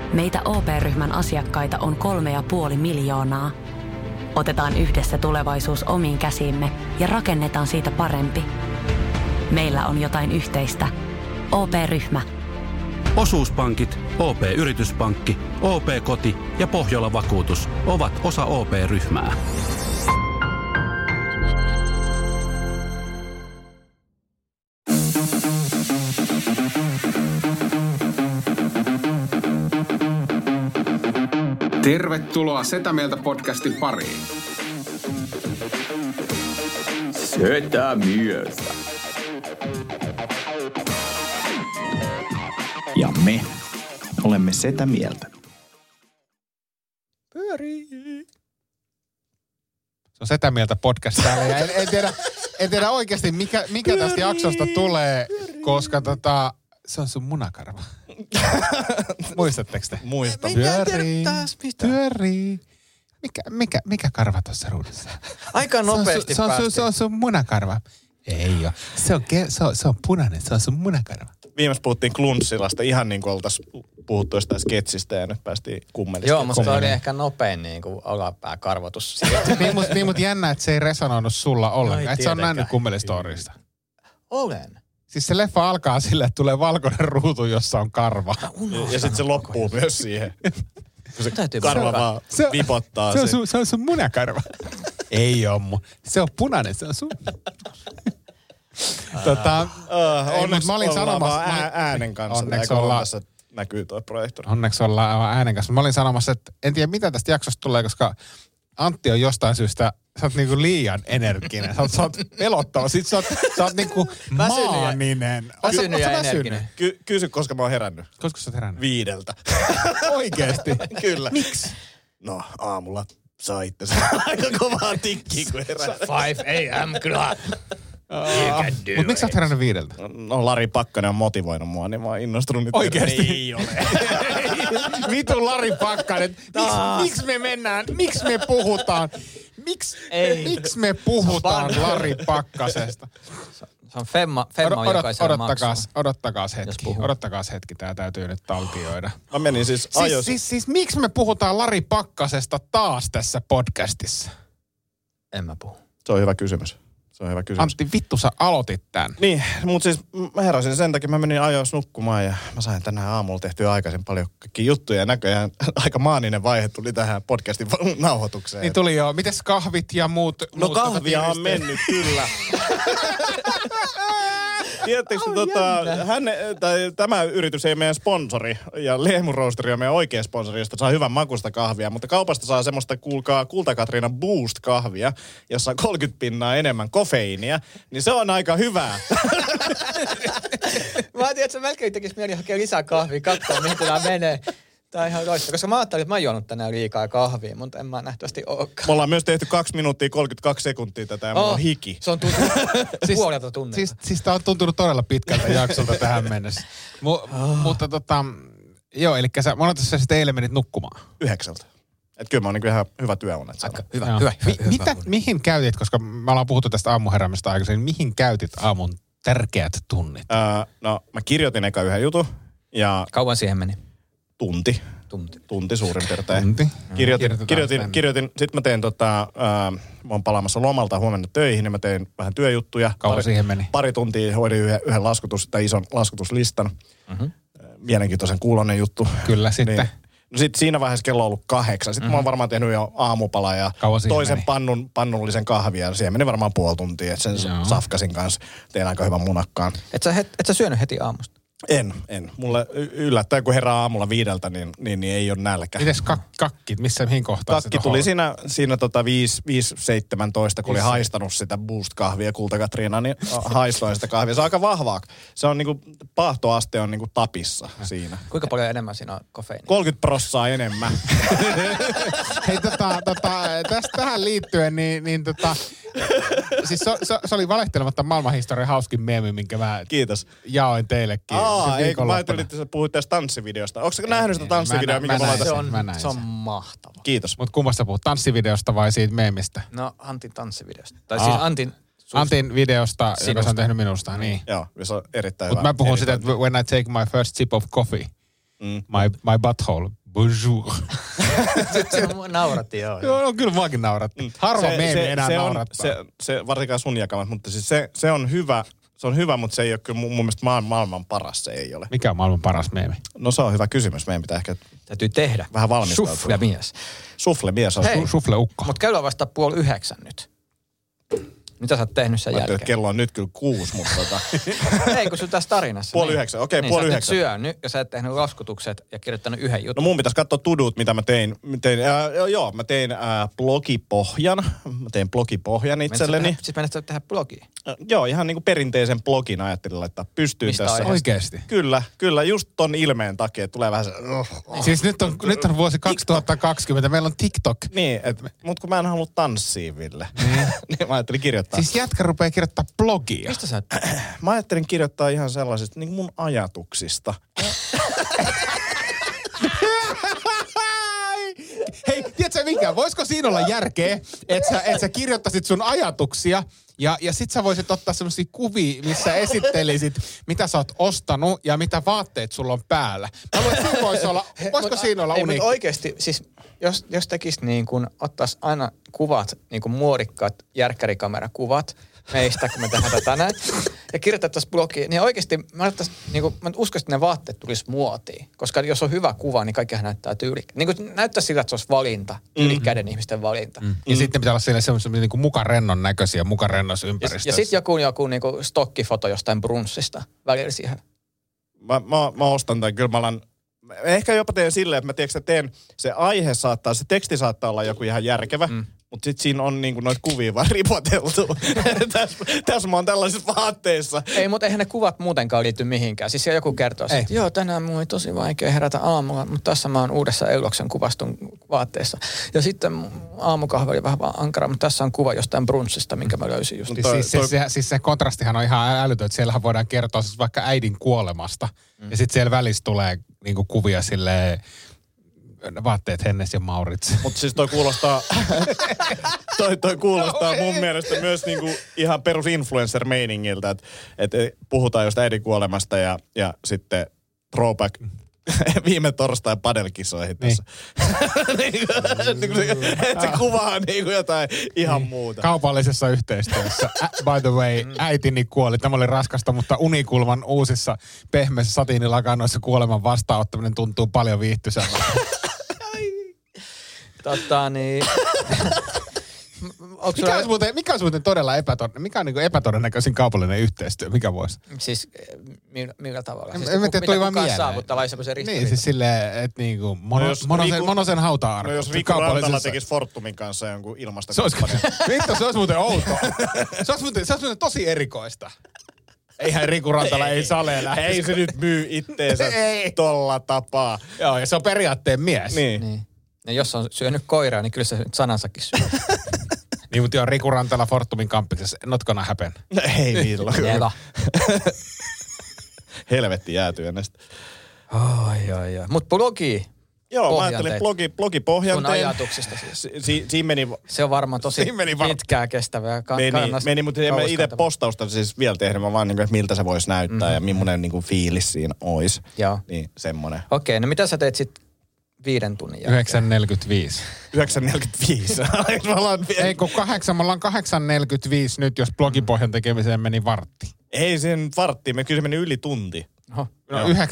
Meitä OP-ryhmän asiakkaita on 3,5 miljoonaa. Otetaan yhdessä tulevaisuus omiin käsiimme ja rakennetaan siitä parempi. Meillä on jotain yhteistä. OP-ryhmä. Osuuspankit, OP-yrityspankki, OP-koti ja Pohjola-vakuutus ovat osa OP-ryhmää. Tervetuloa Setä Mieltä podcastin pariin. Setä Mieltä. Ja me olemme Setä Mieltä. Pyörii. Se on Setä Mieltä podcast täällä ja en tiedä oikeasti mikä tästä jaksosta tulee, koska se on sun munakarva. Muistatteko te? Muistan. Pyörii. Mikä karva tuossa ruudussa? Aika nopeasti se on sun munakarva. Ei oo. Se on punainen, se on sun munakarva. Viimeis puhuttiin Klunssilasta ihan niin kuin oltaisiin puhuttu jostain sketsistä ja nyt päästiin kummelista. Joo, mutta se oli ehkä nopein niin kuin olapääkarvoitus. niin, mutta jännä, että se ei resonoinut sulla ollenkaan. Et sä on nähnyt kummelistorista. Olen. Siis se leffa alkaa sille, että tulee valkoinen ruutu, jossa on karva. Ja sitten se loppuu myös siihen. Kun se Täytyy karva vaan vipottaa. Se on sun munakarva. Ei oo se on punainen, se on sun. Onneksi mä olin sanomassa äänen kanssa. Onneksi ollaan. Tässä näkyy tuo projektori. Onneksi ollaan aivan äänen kanssa. Mä olin sanomassa, että en tiedä mitä tästä jaksosta tulee, koska Antti on jostain syystä, sä oot niinku liian energinen. Sä oot pelottava. Sit sä oot niinku maaninen. Väsynyt ja energinen. Kysy, koska mä oon herännyt. Koska sä oot herännyt? 5. Oikeesti? Kyllä. Miksi? No, aamulla saitte se aika kovaa tikkiä, kun herännyt. 5 a.m. club. Mutta miksi sä oot herännyt 5? No, Lari Pakkanen on motivoinut mua, niin mä oon innostunut nyt. Oikeesti? Ei ole. Vitu Lari Pakkanen. Miksi me mennään? Miksi me puhutaan? Miksi me puhutaan Lari Pakkasesta? Se on Femma jokaisella maksaa. Odottakaas hetki. Tää täytyy nyt taltioida. Mä menin siis Siis miksi me puhutaan Lari Pakkasesta taas tässä podcastissa? En mä puhu. Se on hyvä kysymys. Antti, vittu sä aloitit tän. Niin, mutta siis mä heräsin sen takia, mä menin ajoissa nukkumaan ja mä sain tänään aamulla tehtyä aikaisin paljon kaikkia juttuja ja näköjään aika maaninen vaihe tuli tähän podcastin nauhoitukseen. Niin tuli jo. Mites kahvit ja muut? No kahvia on mennyt, kyllä. Tiedättekö, tämä yritys ei meidän sponsori ja Lehmun Roasteri on meidän oikea sponsori, josta saa hyvän makusta kahvia, mutta kaupasta saa semmoista, kuulkaa, Kulta-Katriina Boost-kahvia, jossa on 30% enemmän kofeiinia, niin se on aika hyvää. Mä ajattelin, että se melkein tekisi mieli hakea lisää kahvia, katsoa mihin tämä menee. Tää on ihan loistava, koska mä ajattelin, että mä oon juonut tänään liikaa kahvia, mutta en mä nähtävästi olekaan. Me ollaan myös tehty 2 minuuttia 32 sekuntia tätä ja mulla on hiki. Se on tuntunut puolelta tunnilta. Siis tää on tuntunut todella pitkältä jaksolta tähän mennessä. Mutta joo, eli mä oon tässä sitten eilen menit nukkumaan. 9. Että kyllä mä oon niin ihan hyvä työunet. Hyvä. Mihin käytit, koska me ollaan puhuttu tästä aamuheräämistä aikaisemmin, mihin käytit aamun tärkeät tunnit? No mä kirjoitin eka yhden jutun ja... Kauan siihen meni? Tunti suurin piirtein. Tunti. Kirjoitin. Sitten mä tein mä oon palaamassa lomalta huomenna töihin, niin mä tein vähän työjuttuja. Kauan siihen meni? Pari tuntia hoidin yhden ison laskutuslistan. Mm-hmm. Mielenkiintoisen kuuloinen juttu. Kyllä sitten. Niin. No sit siinä vaiheessa kello on ollut 8. Sitten mä oon varmaan tehnyt jo aamupala ja toisen pannullisen kahvia. Ja siihen meni varmaan puoli tuntia, että sen safkasin kanssa tein aika hyvän munakkaan. Et sä syönyt heti aamusta? En. Mulle yllättäen, kun herää aamulla 5, niin ei ole nälkä. Mites kakkit? Mihin kohtaan kakki tuli siinä 5.17, kun oli haistanut sitä Boost-kahvia Kulta-Katriina, niin haistoin sitä kahvia. Se on aika vahvaa. Se on niinku, paahtoaste on niinku tapissa siinä. Kuinka paljon enemmän siinä on kofeiinia? 30% enemmän. Hei tästä tähän liittyen, siis se oli valehtelematta maailmanhistorian hauskin meemi, minkä mä jaoin teillekin. Ei, kun mä ajattelin, että sä puhuit tästä tanssivideosta. Onko sä nähnyt sitä tanssivideoa, minkä mä laitan? Se on mahtava. Kiitos. Mut kummasta puhut? Tanssivideosta vai siitä meemistä? No, Antin tanssivideosta. Tai siis Antin videosta, joka se on tehnyt minusta, niin. Joo, se on erittäin hyvä. Mutta mä puhun sitä, että when I take my first sip of coffee, my butthole Bonjour. Nauratti, joo. Joo, kyllä muakin nauratti. Harva meemi enää naurattaa. Se varsinkaan sun jakamat, mutta siis se on hyvä. Se on hyvä, mutta se ei ole kyllä mun mielestä maailman paras, se ei ole. Mikä on maailman paras meemi? No se on hyvä kysymys. Meidän pitää ehkä Täytyy tehdä. vähän valmistautua. Suflemies. Suflemies on Sufleukko. Mutta kello on vasta 8:30 nyt. Mitä sä oot tehnyt sen jälkeen? Kello on nyt kyllä 6, mutta Ei, kun sun tässä tarinassa. 8:30. Okei, niin, 8:30. Sä oot syönyt ja sä et tehnyt laskutukset ja kirjoittanut yhden jutun. No mun pitäisi katsoa tudut, mitä mä tein. Mä tein blogipohjan. Mä tein blogipohjan itselleni. Siis menet tehdä blogia? Joo, ihan niin kuin perinteisen blogin ajattelin laittaa pystyyn Mistä tässä. aiheesta? Oikeesti? Kyllä, just ton ilmeen takia tulee vähän se... Siis nyt on vuosi 2020, meillä on TikTok. Niin, mutta kun mä en halua tanssia, Ville. Niin mä ajattelin kirjoittaa. Siis jätkä rupeaa kirjoittaa blogia. Mistä sä... Mä ajattelin kirjoittaa ihan sellaisista niin mun ajatuksista. Hei, tiedätkö mikä? Voisiko siinä olla järkeä, että sä kirjoittaisit sun ajatuksia ja sit sä voisit ottaa semmosia kuvia, missä esittelisit, mitä sä oot ostanut ja mitä vaatteet sulla on päällä. Mä luulen, että voisiko siinä olla uniikki? Mutta oikeesti, siis jos tekis niin kuin, ottais aina kuvat, niin kuin muodikkaat järkkärikamerakakuvat meistä, kun me tehdään tätä tänään, ja kirjoitettaisiin blogiin, niin oikeasti mä uskoisin, että ne vaatteet tulisi muotiin. Koska jos on hyvä kuva, niin kaikkihan näyttää tyylikkäältä. Niin kuin näyttää siltä, että se olisi valinta, tyylikkäiden ihmisten valinta. Ja sitten pitää olla semmoisia niin kuin mukarennon näköisiä, mukarennossa ympäristössä. Ja sitten joku niin kuin stokkifoto jostain brunssista välillä siihen. Mä ostan tämän, kyllä mä alan... Ehkä jopa teen silleen, että mä teen, se aihe saattaa, se teksti saattaa olla joku ihan järkevä, mutta sitten siinä on niinku noita kuvia vaan ripoteltu. Tässä mä oon tällaisissa vaatteissa. Ei, mutta eihän ne kuvat muutenkaan liity mihinkään. Siis joku kertoo, että joo, tänään mulla oli tosi vaikea herätä aamulla, mutta tässä mä oon uudessa Euloksen kuvastun vaatteessa. Ja sitten aamukahvi oli vähän ankara, mutta tässä on kuva jostain brunssista, minkä mä löysin just. Siis se kontrastihan on ihan älytön, että siellähän voidaan kertoa siis vaikka äidin kuolemasta. Ja sitten siellä välissä tulee niinku kuvia silleen, vaatteet Hennes ja Maurits. Mutta siis toi kuulostaa, toi kuulostaa mun mielestä myös niinku ihan perus influencer-meiningiltä, että puhutaan just äidin kuolemasta ja sitten throwback viime torstain padelkisoihin tässä. Että se kuvaa niinku jotain ihan muuta. Kaupallisessa yhteistyössä. By the way, äitini kuoli. Tämä oli raskasta, mutta Unikulman uusissa pehmeissä satiinilakanoissa kuoleman vastaanottaminen tuntuu paljon viihtyiseltä. Mikä olisi muuten todella mikä on niin epätodennäköisin kaupallinen yhteistyö? Mikä voisi? Siis millä tavalla? Siis en tiedä, tuli vaan mieleen. mieleen. Saavuttaa vai semmoisen ristiriidan? Niin, siis silleen, että niinku Monosen hauta-arvo. No jos Riku Rantala tekisi Fortumin kanssa jonkun ilmastokampanjan. Vittu, se olisi muuten outoa. Se olisi muuten tosi erikoista. Eihän Riku Rantala ei saleen lähtisi. Ei se nyt myy itteensä tolla tapaa. Joo, ja se on periaatteen mies. Niin. Ja jos on syönyt koiraa, niin kyllä se nyt sanansakin syö. Niin, mutta joo, Riku Rantala Fortumin kampiksessa. Not gonna happen. Ei milloin. Jeva. Helvetti jäätyy ennästä. Ai. Mut blogi. Joo, mä ajattelin blogipohjan sun ajatuksista siis. Siinä meni... Se on varmaan tosi pitkää kestävää. Meni, mutta en mä itse postausta siis vielä tehnyt. Mä vaan niin kuin, että miltä se voisi näyttää ja millainen niin kuin fiilis siinä olisi. Joo. Niin, semmoinen. Okei, no mitä sä teet sitten 5 tunnin jälkeen? 9.45. 9.45. Ei, kun me ollaan 8.45 nyt, jos blogipohjan tekemiseen meni vartti. Ei sen varttiin, kyllä se meni yli tunti. Oho. No 9.45.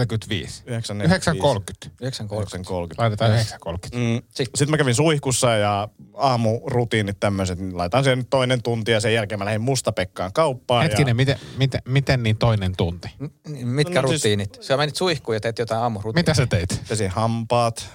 9.30. 9.30. Laitetaan 9.30. Sitten mä kävin suihkussa ja aamurutiinit tämmöiset, niin laitan sen toinen tunti ja sen jälkeen mä lähdin Musta-Pekkaan kauppaan. Hetkinen, miten niin toinen tunti? Mitkä rutiinit? Sä menit suihkuun ja teet jotain aamurutiinia. Mitä sä teit? Pesin hampaat.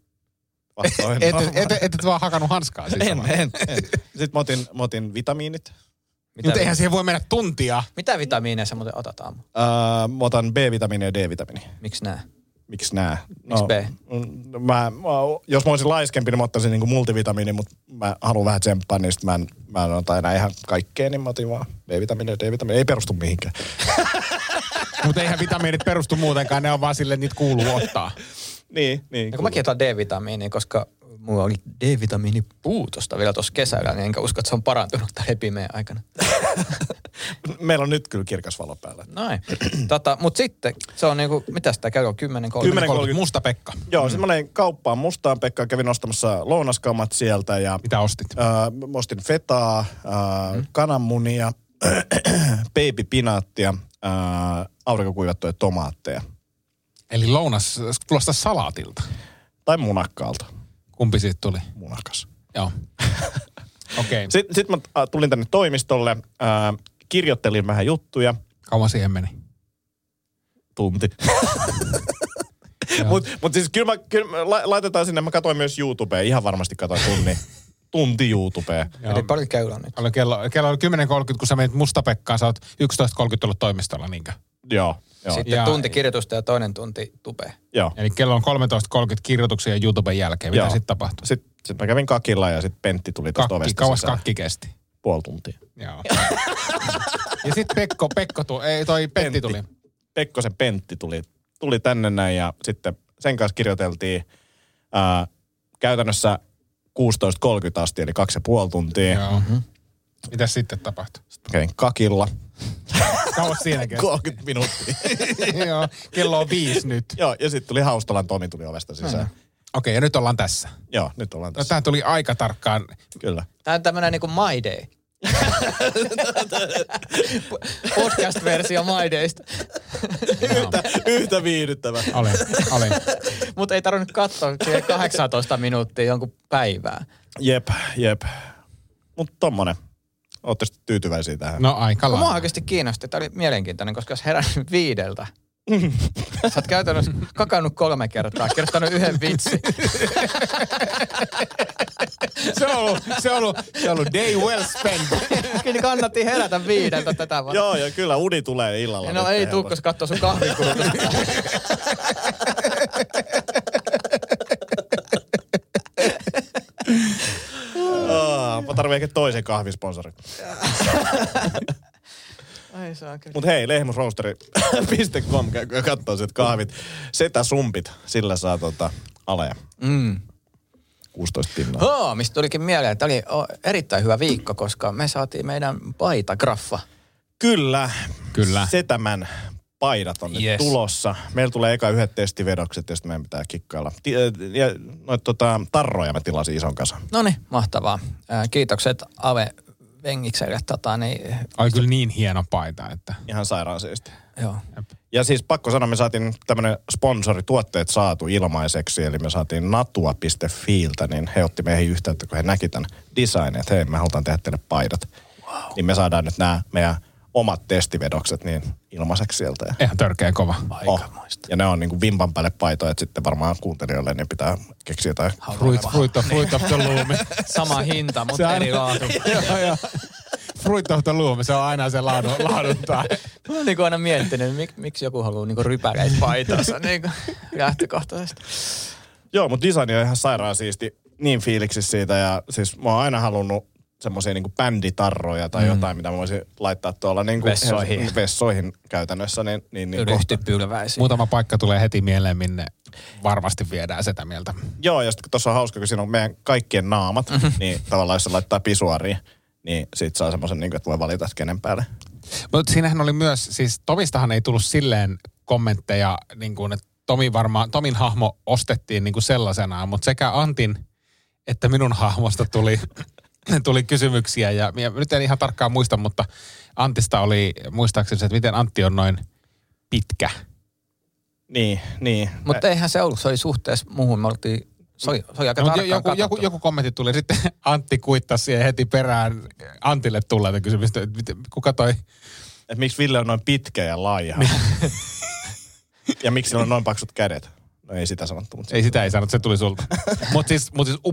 Et vaan hakannut hanskaa siis. En. Sitten mä otin vitamiinit. Mutta eihän siihen voi mennä tuntia. Mitä vitamiineja sä muuten otat aamu? Mä otan B-vitamiini ja D-vitamiini. Miksi nää? Miksi nää? Miksi B? Jos mä olisin laiskempi, niin mä ottaisin niinku multivitamiini, mutta mä haluan vähän tsemppaa, niin mä en ota enää ihan kaikkea, niin mä otin vaan B-vitamiini ja D-vitamiini. Ei perustu mihinkään. Mutta eihän vitamiinit perustu muutenkaan, ne on vaan silleen, niitä kuuluu ottaa. Niin. Kun mäkin otan D-vitamiinia, koska mulla oli D-vitamiinipuutosta vielä tuossa kesällä, niin enkä usko, että se on parantunut tämän epimeen aikana. Meillä on nyt kyllä kirkas valo päällä. Noin. Mut sitten, se on niinku, mitä sitä kello 10:30? Musta Pekka. Joo, semmoinen kauppaan Mustaan Pekka. Kävin ostamassa lounaskamat sieltä. Ja, mitä ostit? Ostin fetaa, kananmunia, babypinaattia, aurinkokuivattuja tomaatteja. Eli lounas kuulostaa salaatilta. Tai munakkaalta. Kumpi siitä tuli? Munakas. Joo. Okei. Okay. Sitten mä tulin tänne toimistolle, kirjoittelin vähän juttuja. Kauan siihen meni? Tunti. Mut siis kyllä laitetaan sinne, mä katsoin myös YouTubea, ihan varmasti katsoin tunti YouTubea. Eli paljon kello nyt. Kello oli 10:30, kun sä menit Musta Pekkaan, sä oot 11:30 ollut toimistolla, niinkö? Joo. Sitten tunti kirjoitusta ja toinen tunti tupea. Joo. Eli kello on 13:30 kirjoituksia YouTuben jälkeen. Mitä sitten tapahtui? Sitten mä kävin kakilla ja sitten Pentti tuli tuosta ovesta kauas kakki kesti? Puoli tuntia. Joo. Ja sitten Pentti tuli. Pekkosen Pentti tuli tänne näin ja sitten sen kanssa kirjoiteltiin käytännössä 16:30 asti, eli 2,5 tuntia. Joo. Mitäs sitten tapahtui? Sitten kävin kakilla. Kauas siinä kesti? 30 minuuttia. Joo, kello on 5 nyt. Joo, ja sitten tuli Haustolan Tomi tuli ovesta sisään. Okei, ja nyt ollaan tässä. Joo, nyt ollaan tässä. No tää tuli aika tarkkaan. Kyllä. Tää on tämmönen niinku My Day. Podcast-versio My Daysta. Yhtä viihdyttävä. Olin. Mutta ei tarvinnut katsoa 18 minuuttia jonkun päivää. Jep. Mutta tommonen. Ootte sitten tyytyväisiä tähän? No aika lailla. Mua oikeasti kiinnosti. Tämä oli mielenkiintoinen, koska jos herännyt 5. Sä oot käytännössä kakannut 3 kertaa, kirjoittanut yhden vitsin. Se on ollut day well spent. Kyllä kannatti herätä 5 tätä varten. Joo, ja kyllä uni tulee illalla. No ei tuu, koska katsoo sun kahvikulutusta. Mä tarvitsen ehkä toisen kahvisponsorin. Ai saa kyllä. Mut hei, lehmusroasteri.com, käykää kattoo sieltä kahvit. Setäsumpit, sillä saa aleja. 16 pinnaa. Mistä tulikin mieleen, tämä oli erittäin hyvä viikko, koska me saatiin meidän paitagraffa. Kyllä. Setämän paidat on nyt tulossa. Meillä tulee eka 1 testivedokset, ja sitten meidän pitää kikkailla. Ja tarroja mä tilasin ison kasan. Noniin, mahtavaa. Kiitokset Ave Vengikselle. Oli kyllä niin hieno paita, että... Ihan sairaan siisti. Joo. Ja siis pakko sanoa, me saatiin tämmönen sponsorituotteet saatu ilmaiseksi, eli me saatiin natua.fiiltä, niin he otti meihin yhteyttä, kun he näki tämän designin, että hei, me halutaan tehdä teille paidat. Wow. Niin me saadaan nyt nämä meidän omat testivedokset niin ilmaiseksi sieltä. Ja ihan törkeä kova. Ja ne on niinku vimpan päälle paitoja, että sitten varmaan kuuntelijoille niin pitää keksiä jotain. Fruit of the Loom. Sama hinta, mutta eri laatu. Joo. Fruit of the Loom, se on aina se laaduntaa. Mä oon niinku aina miettinyt, miksi joku haluaa niinku rypäleitä paitaansa niinku lähtökohtaisesti. Joo, mutta design on ihan sairaan siisti, niin fiiliksissä siitä. Ja siis mä oon aina halunnut semmoisia niinku bänditarroja tai jotain, mitä mä voisin laittaa tuolla niinku vessoihin käytännössä. Niin ryhtipylväisiin. Muutama paikka tulee heti mieleen, minne varmasti viedään sitä mieltä. Joo, ja sitten tuossa on hauska, kun siinä on meidän kaikkien naamat, niin tavallaan jos se laittaa pisuariin, niin siitä saa semmoisen, niin että voi valita, että kenen päälle. Mutta siinähän oli myös, siis Tomistahan ei tullut silleen kommentteja, niin kuin, että Tomin hahmo ostettiin niin kuin sellaisenaan, mutta sekä Antin että minun hahmosta tuli kysymyksiä, ja nyt en ihan tarkkaan muista, mutta Antista oli muistaakseni se, että miten Antti on noin pitkä. Niin. Mutta eihän se ollut, se oli suhteessa muuhun, me oltiin... Se oli aika tarkkaan joku kommentti tuli, sitten Antti kuittasi siihen heti perään Antille tulleita kysymystä, että kuka toi... Että miksi Ville on noin pitkä ja laiha? Ja miksi sillä on noin paksut kädet? No ei sitä sanottu. Mutta sitä ei sanottu, se tuli sulta. Mutta siis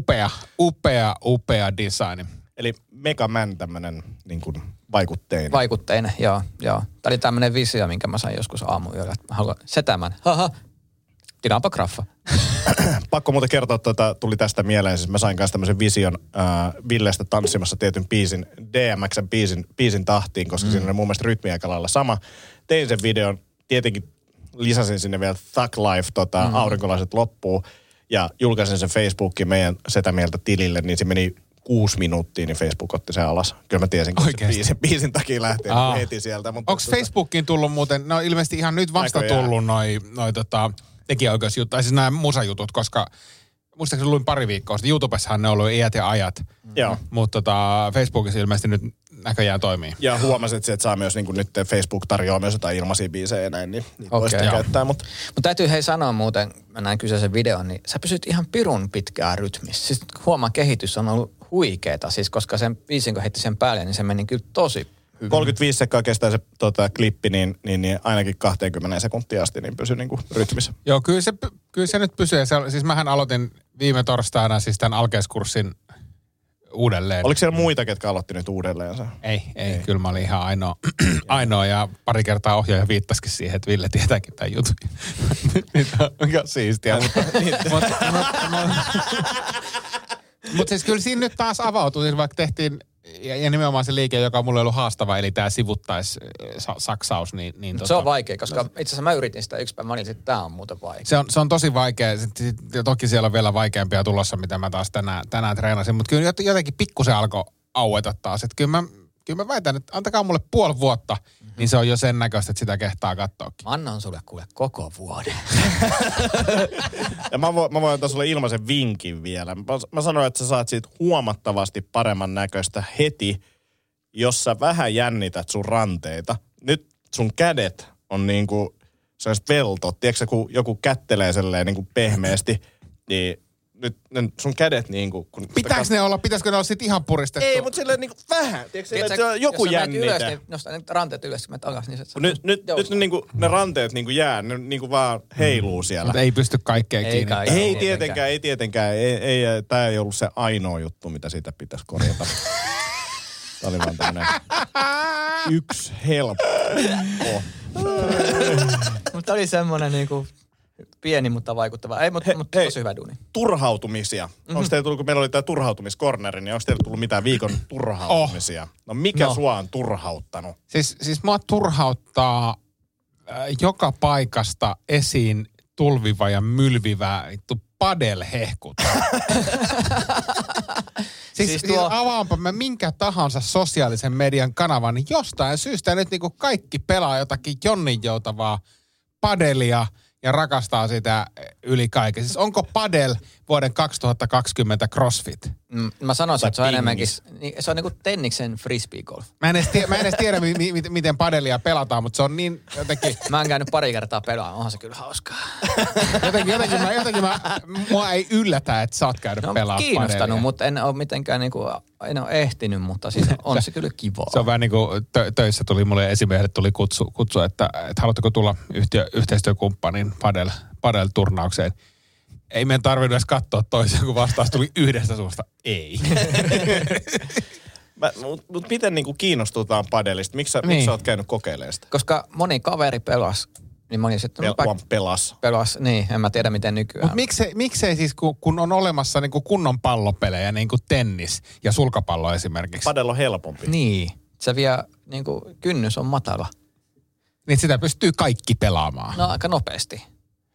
upea design. Eli Mega Man tämmönen niin kuin vaikutteinen. Vaikutteinen, joo. Tämä oli tämmönen visio, minkä mä sain joskus aamuyöllä, että mä haluan setämän. Tilaanpa graffa. Pakko muuten kertoa, että tuli tästä mieleen. Siis mä sain kanssa tämmöisen vision Villestä tanssimassa tietyn biisin, DMX:n biisin tahtiin, koska siinä oli mun mielestä rytmi aika lailla sama. Tein sen videon, tietenkin lisäsin sinne vielä Thug Life, aurinkolaiset loppuu, ja julkaisin sen Facebookin meidän Setä Mieltä tilille, niin se meni 6 minuuttia, niin Facebook otti sen alas. Kyllä mä tiesin, kun se biisin takia lähtee heti sieltä. Onko Facebookiin tullut muuten, no ilmeisesti ihan nyt vasta tullut noi tekijäoikeusjutut, tai siis nämä musajutut, koska muistaakseni luin pari viikkoa sitten. YouTubessahan ne on ollut iät ja ajat. Joo. Mutta Facebookissa ilmeisesti nyt näköjään toimii. Ja huomasit, että saa myös, niin kuin nyt Facebook tarjoaa myös jotain ilmaisia biisejä ja näin, niin voi sitä käyttää. Mutta täytyy sanoa muuten, mä näin kyseisen videon, niin sä pysyt ihan pirun pitkään rytmissä. Siis huomaa, kehitys on ollut huikeeta, siis koska sen biisin kun heitti sen päälle, niin se meni kyllä tosi hyvin. 35 sekkaa kestää se klippi, niin ainakin 20 sekuntia asti niin pysyy niin kuin rytmissä. Joo, kyllä se nyt pysyy. Siis mähän aloitin viime torstaina siis tämän alkeiskurssin uudelleen. Oliko siellä muita, ketkä aloitti nyt uudelleen? Ei. Kyllä mä olin ihan ainoa ja pari kertaa ohjaaja viittasikin siihen, että Ville tietääkin tämän jutun. Mikä on siistiä. Mutta siis kyllä siinä nyt taas avautui, siis vaikka tehtiin, ja nimenomaan se liike, joka on mulle ollut haastava, eli tämä sivuttais-saksaus. Se on vaikea, koska itse asiassa mä yritin sitä yksi päivä, mä olin, että tämä on muuten vaikea. Se on tosi vaikea. Toki siellä on vielä vaikeampia tulossa, mitä mä taas tänään treenasin, mutta kyllä jotenkin pikkusen alkoi aueta taas. Että kyllä mä väitän, että antakaa mulle puoli vuotta, niin se on jo sen näköistä, että sitä kehtaa katsoakin. Mä annan sulle kuule koko vuoden. Ja mä voin antaa sulle ilmaisen vinkin vielä. Mä sanoin, että sä saat siitä huomattavasti paremman näköistä heti, jos sä vähän jännität sun ranteita. Nyt sun kädet on niinku sellaiset veltot. Tiedätkö kun joku kättelee selleen niinku pehmeästi, niin nyt sun kädet niinku... Pitäisikö ne olla sit ihan puristettu? Ei, mutta silleen niinku vähän. Tiedätkö, joku jännite. Jos niin nostaa ne ranteet ylös, kun mä takas, niin se... Nyt niinku, ne ranteet niinku jää, ne niinku vaan heiluu siellä. Mutta ei pysty kaikkeen kiinni. Ei tietenkään. Tää ei ollut se ainoa juttu, mitä siitä pitäisi korjata. Tää oli vaan tämmönen yksi helppo. Mutta oli semmonen niinku... Pieni, mutta vaikuttava. Ei, mutta tosi hyvä duuni. Turhautumisia. Onko teillä tullut, kun meillä oli tämä turhautumiskorneri, niin onko teillä tullut mitään viikon turhautumisia? No mikä sua on turhauttanut? Siis mua turhauttaa joka paikasta esiin tulviva ja mylvivä padelhehkut. siis avaanpa mä minkä tahansa sosiaalisen median kanavan, niin jostain syystä nyt niinku kaikki pelaa jotakin jonninjoutavaa padelia ja rakastaa sitä yli kaiken. Siis onko padel vuoden 2020 CrossFit? Mä sanoisin, että se on enemmänkin, se on niinku tenniksen frisbeegolf. Mä en edes tiedä, miten padelia pelataan, mutta se on niin jotenkin... Mä oon käynyt pari kertaa pelaamaan, onhan se kyllä hauskaa. jotenkin mua ei yllätä, että sä oot käynyt pelaamaan padelia. Kiinnostanut, mutta en ole mitenkään niinku, en ole ehtinyt, mutta siis on se kyllä kivaa. Se on vähän niin kuin töissä tuli, mulle esimiehelle tuli kutsu, että haluatteko tulla yhteistyökumppanin padel-turnaukseen. Ei meidän tarvinnut edes katsoa toisiaan, kun vastaus tuli yhdestä suusta. Ei. Mutta miten niinku kiinnostutaan padelista? Miksi sä oot käynyt kokeilemaan sitä? Koska moni kaveri pelasi. Niin moni sitten... Pelas, niin. En mä tiedä, miten nykyään. Mutta miksei siis, kun on olemassa niinku kunnon pallopelejä, niin kuin tennis ja sulkapallo esimerkiksi? Padel on helpompi. Niin. Se vie, niinku, kynnys on matala. Niin sitä pystyy kaikki pelaamaan. No aika nopeasti.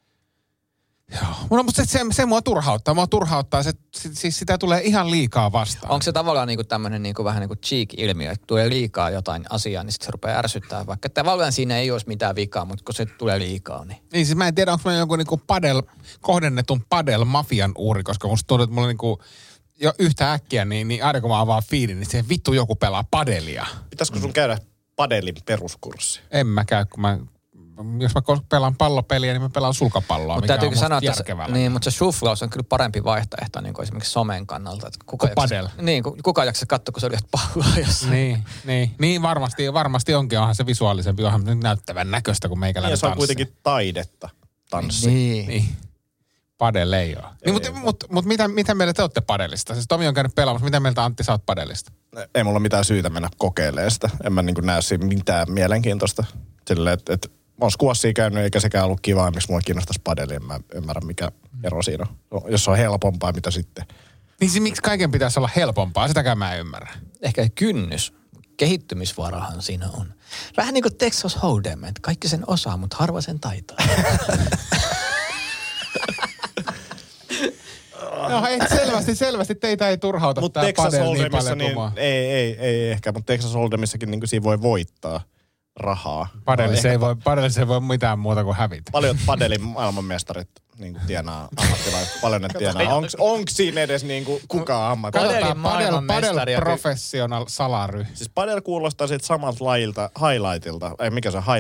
Joo. Mutta se mua turhauttaa. Siis sitä tulee ihan liikaa vastaan. Onko se tavallaan niinku tämmöinen niinku vähän niin kuin cheek-ilmiö, että tulee liikaa jotain asiaa, niin sitten se rupeaa ärsyttää. Vaikka tavallaan siinä ei olisi mitään vikaa, mutta kun se tulee liikaa, niin... Niin siis mä en tiedä, onko mä joku niinku kohdennetun padel-mafian uuri, koska musta tuntuu, että mulla niinku jo yhtä äkkiä, niin aina kun mä avaan feedin, niin se vittu joku pelaa padelia. Pitäisikö sun käydä padelin peruskurssi? En mä käy, jos mä pelaan pallopeliä, niin mä pelaan sulkapalloa, mikä on musta järkevällä. Niin, mutta se shuflaus on kyllä parempi vaihtoehto niin kuin esimerkiksi somen kannalta. Että padel. Niin, kuka jaksaa katsoa, kun sä lyöt palloa jossain. Niin varmasti onkin. Onhan se visuaalisempi, onhan nyt näyttävän näköistä, kun meikäläinen tanssi. Ja se on kuitenkin taidetta, tanssi. Niin. Padel ei ole. Niin, mutta mitä mieltä te olette padelista? Siis Tomi on käynyt pelaamassa. Mitä mieltä Antti sä oot padelista? Ei mulla mitään syytä mennä kokeilemaan sitä. En mä niin kuin näe siinä mitään mielenkiintoista. Silleen, että mä oon squashia käynyt, eikä sekään ollut kivaa, miksi mua kiinnostaisi padeli. En mä ymmärrä, mikä ero siinä on. Jos on helpompaa, mitä sitten? Niin miksi kaiken pitäisi olla helpompaa? Sitäkään mä en ymmärrä. Ehkä kynnys. Kehittymisvarahan siinä on. Vähän niin kuin Texas Hold'em, että kaikki sen osaa, mutta harva sen taitaa. No selvästi teitä ei turhauta Mutta tää Texas padel niin Hold'emissa paljon niin, kuin ei ehkä, mutta Texas Hold'emissakin niin siinä voi voittaa rahaa. Padelissa ei voi mitään muuta kuin hävitä. Paljon padelin maailmanmestarit niin kuin tienaa ammattilaiset. Paljon ne tienaa. Onko siinä edes niin kuin kukaan ammattilainen? Padel professional salary. Siis padel kuulostaa siitä samalta lajilta, highlightilta. Ei, mikä se on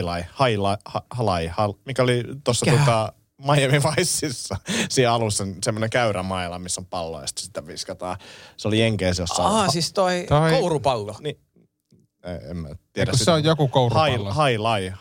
mikä oli tuossa Miami Viceissa siinä alussa semmoinen käyrämaila, missä on pallo ja sitten sitä viskataan. Se oli Jenkeissä jossain. Siis toi kourupallo. Niin. En mä tiedä. Se on joku kourupallo. Halai.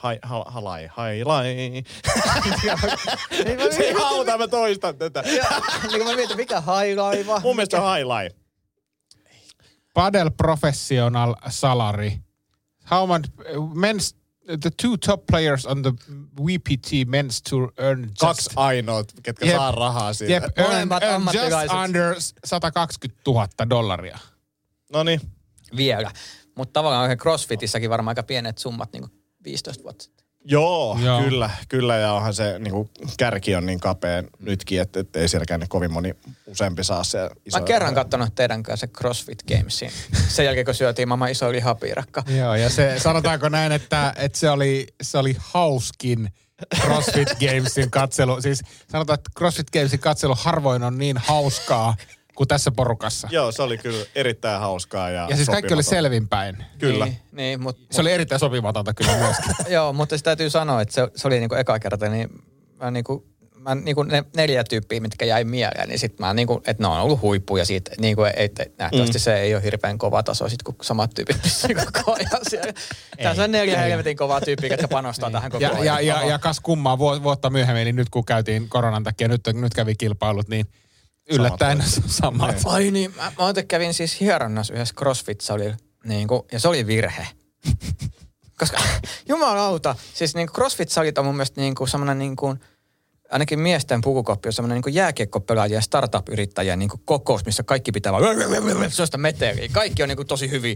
Se ei auta, mä toistan tätä. Niin mä mietin, mikä hailaiva? Mun mielestä se on halai. Padel professional salary. How much the two top players on the VPT men's tour earn just... 2 ainoat, ketkä saa rahaa siitä. Jep, earn just under $120,000. Noniin. Vielä. Mutta tavallaan CrossFitissäkin varmaan aika pienet summat niin kuin 15 vuotta sitten. Joo. Kyllä. Ja onhan se niin kuin, kärki on niin kapea nytkin, että ei sielläkään kovin moni useampi saa se iso. Mä kerran katsonut teidän kanssa CrossFit Gamesin. Sen jälkeen, kun syötiin maailman iso lihapiirakka. Joo, ja se, sanotaanko näin, että se oli hauskin CrossFit Gamesin katselu. Siis sanotaan, että CrossFit Gamesin katselu harvoin on niin hauskaa kuin tässä porukassa. Joo, se oli kyllä erittäin hauskaa ja siis kaikki oli selvinpäin. Kyllä. Niin, se oli erittäin sopimatonta kyllä myöskin. Joo, mutta se täytyy sanoa, että se oli niinku eka kerta, niin mä niinku ne 4 tyyppiä, mitkä jäi mieleen, niin sit mä niinku, että ne on ollut huippuja siitä, niinku, että nähtävästi se ei ole hirveän kova taso sit, kun samat tyypit missä koko ajan siellä. Tässä on 4 helvetin kovaa tyyppiä, jotka panostaa tähän koko ajan. Ja kas kummaa vuotta myöhemmin, niin nyt kun käytiin koronan takia, nyt kävi kilpailut, niin yllättäen samat. Ai niin, mä kävin siis hieronnassa yhdessä CrossFit-salilla, niinku, ja se oli virhe. Koska jumalauta, siis niinku CrossFit-salit on mun mielestä niinku semmoinen niinku, ainakin miesten pukukoppi on semmoinen niinku jääkiekkopelaajien startup-yrittäjien niinku kokous, missä kaikki pitää vaan sellaista meteliä. Kaikki on niinku tosi hyviä.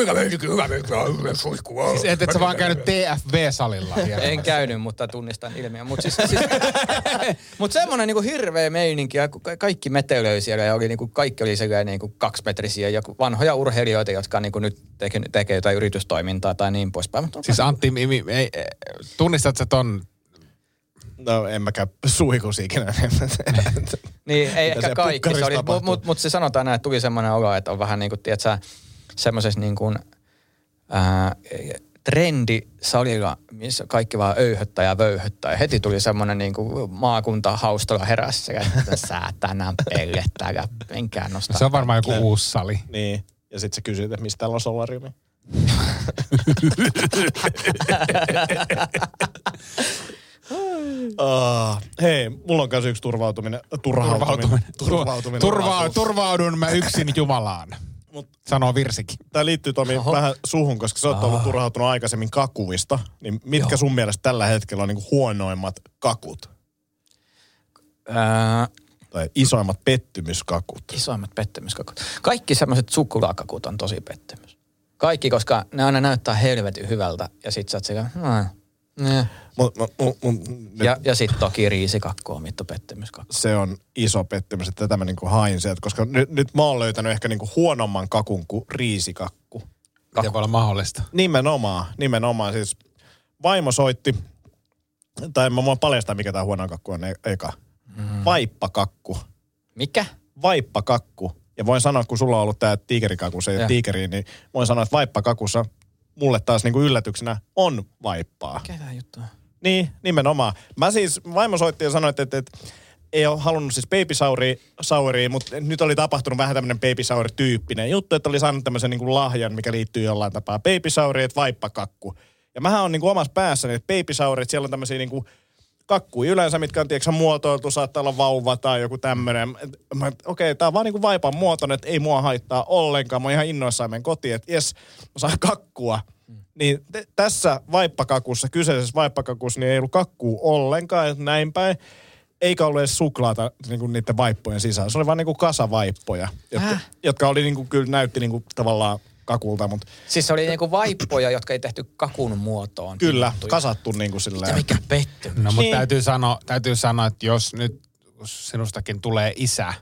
Siis et sä vaan käynyt TFV-salilla? En käynyt, mutta tunnistan ilmiön. Mutta mut semmoinen niinku hirveä meininki ja kaikki metelöi siellä ja oli niinku, kaikki oli sellainen niinku 2-metrisiä ja vanhoja urheilijoita, jotka niinku nyt tekee jotain yritystoimintaa tai niin poispäin. Siis Antti, tunnistat sä ton? No en mäkään suihkus ikinä. Niin, ei ehkä kaikki. Mutta se sanotaan näin, että tuli semmoinen olo, että on vähän niin kuin, tiedätkö, semmoisessa niin kuin trendisalilla, missä kaikki vaan öyhöttää ja vöyhöttää. Ja heti tuli semmoinen niin kuin maakuntahaustolla herässä, että säätänä pellettää ja menkään nostaa. Se on varmaan joku uusi sali. Niin, ja sitten sä kysyt, että mistä täällä on solariumi. Hei, mulla on kanssa yksi turvaudun mä yksin Jumalaan, sanoo Virsikin. Tää liittyy Tomi vähän suhun, koska sä oot ollut turhautunut aikaisemmin kakuista. Niin mitkä sun mielestä tällä hetkellä on niinku huonoimmat kakut? Tai isoimmat pettymyskakut? Isoimmat pettymyskakut. Kaikki semmoiset sukulaakakut on tosi pettymys. Kaikki, koska ne aina näyttää helvetin hyvältä ja sit sä oot sekä... Ja sitten toki riisikakku on mitto pettymyskakku. Se on iso pettymys, että tätä mä niinku hain sieltä, koska nyt mä oon löytänyt ehkä niinku huonomman kakun kuin riisikakku. Miten voi olla mahdollista? Nimenomaan. Siis vaimo soitti, tai mä voin paljastaa mikä tää huono kakku on eka. Vaippakakku. Mikä? Vaippakakku. Ja voin sanoa, kun sulla on ollut tää tiikerikaku, se ei ole tiikeri, niin voin sanoa, että vaippakakussa mulle taas niinku yllätyksenä on vaippaa. Mikä tää juttu on? Niin, nimenomaan. Mä siis, vaimo soitti ja sanoi, että ei ole halunnut siis baby souria, mutta nyt oli tapahtunut vähän tämmönen baby sour-tyyppinen juttu, että oli saanut tämmöisen niinku lahjan, mikä liittyy jollain tapaa baby souriin, että vaippakakku. Ja mähän on niinku omassa päässäni, että baby sourit, siellä on tämmöisiä niinku kakkuja yleensä, mitkä on tiedätkö muotoiltu, saattaa olla vauva tai joku tämmönen. Okei, tää on vaan niinku vaipan muotoinen, että ei mua haittaa ollenkaan. Mä oon ihan innoissaan menen kotiin, että jes, mä saan kakkua. Niin tässä vaippakakussa, kyseisessä vaippakakussa, niin ei ollut kakkua ollenkaan, että näin päin. Eikä ollut edes suklaata niinku niiden vaippojen sisällä. Se oli vaan niinku kasavaippoja, jotka oli niinku, kyllä näytti niinku tavallaan kakulta, mutta... Siis se oli niinku vaippoja, jotka ei tehty kakun muotoon. Kyllä, kasattu niinku silleen. Mikä pettymys. No mutta täytyy sanoa, että jos nyt sinustakin tulee isä,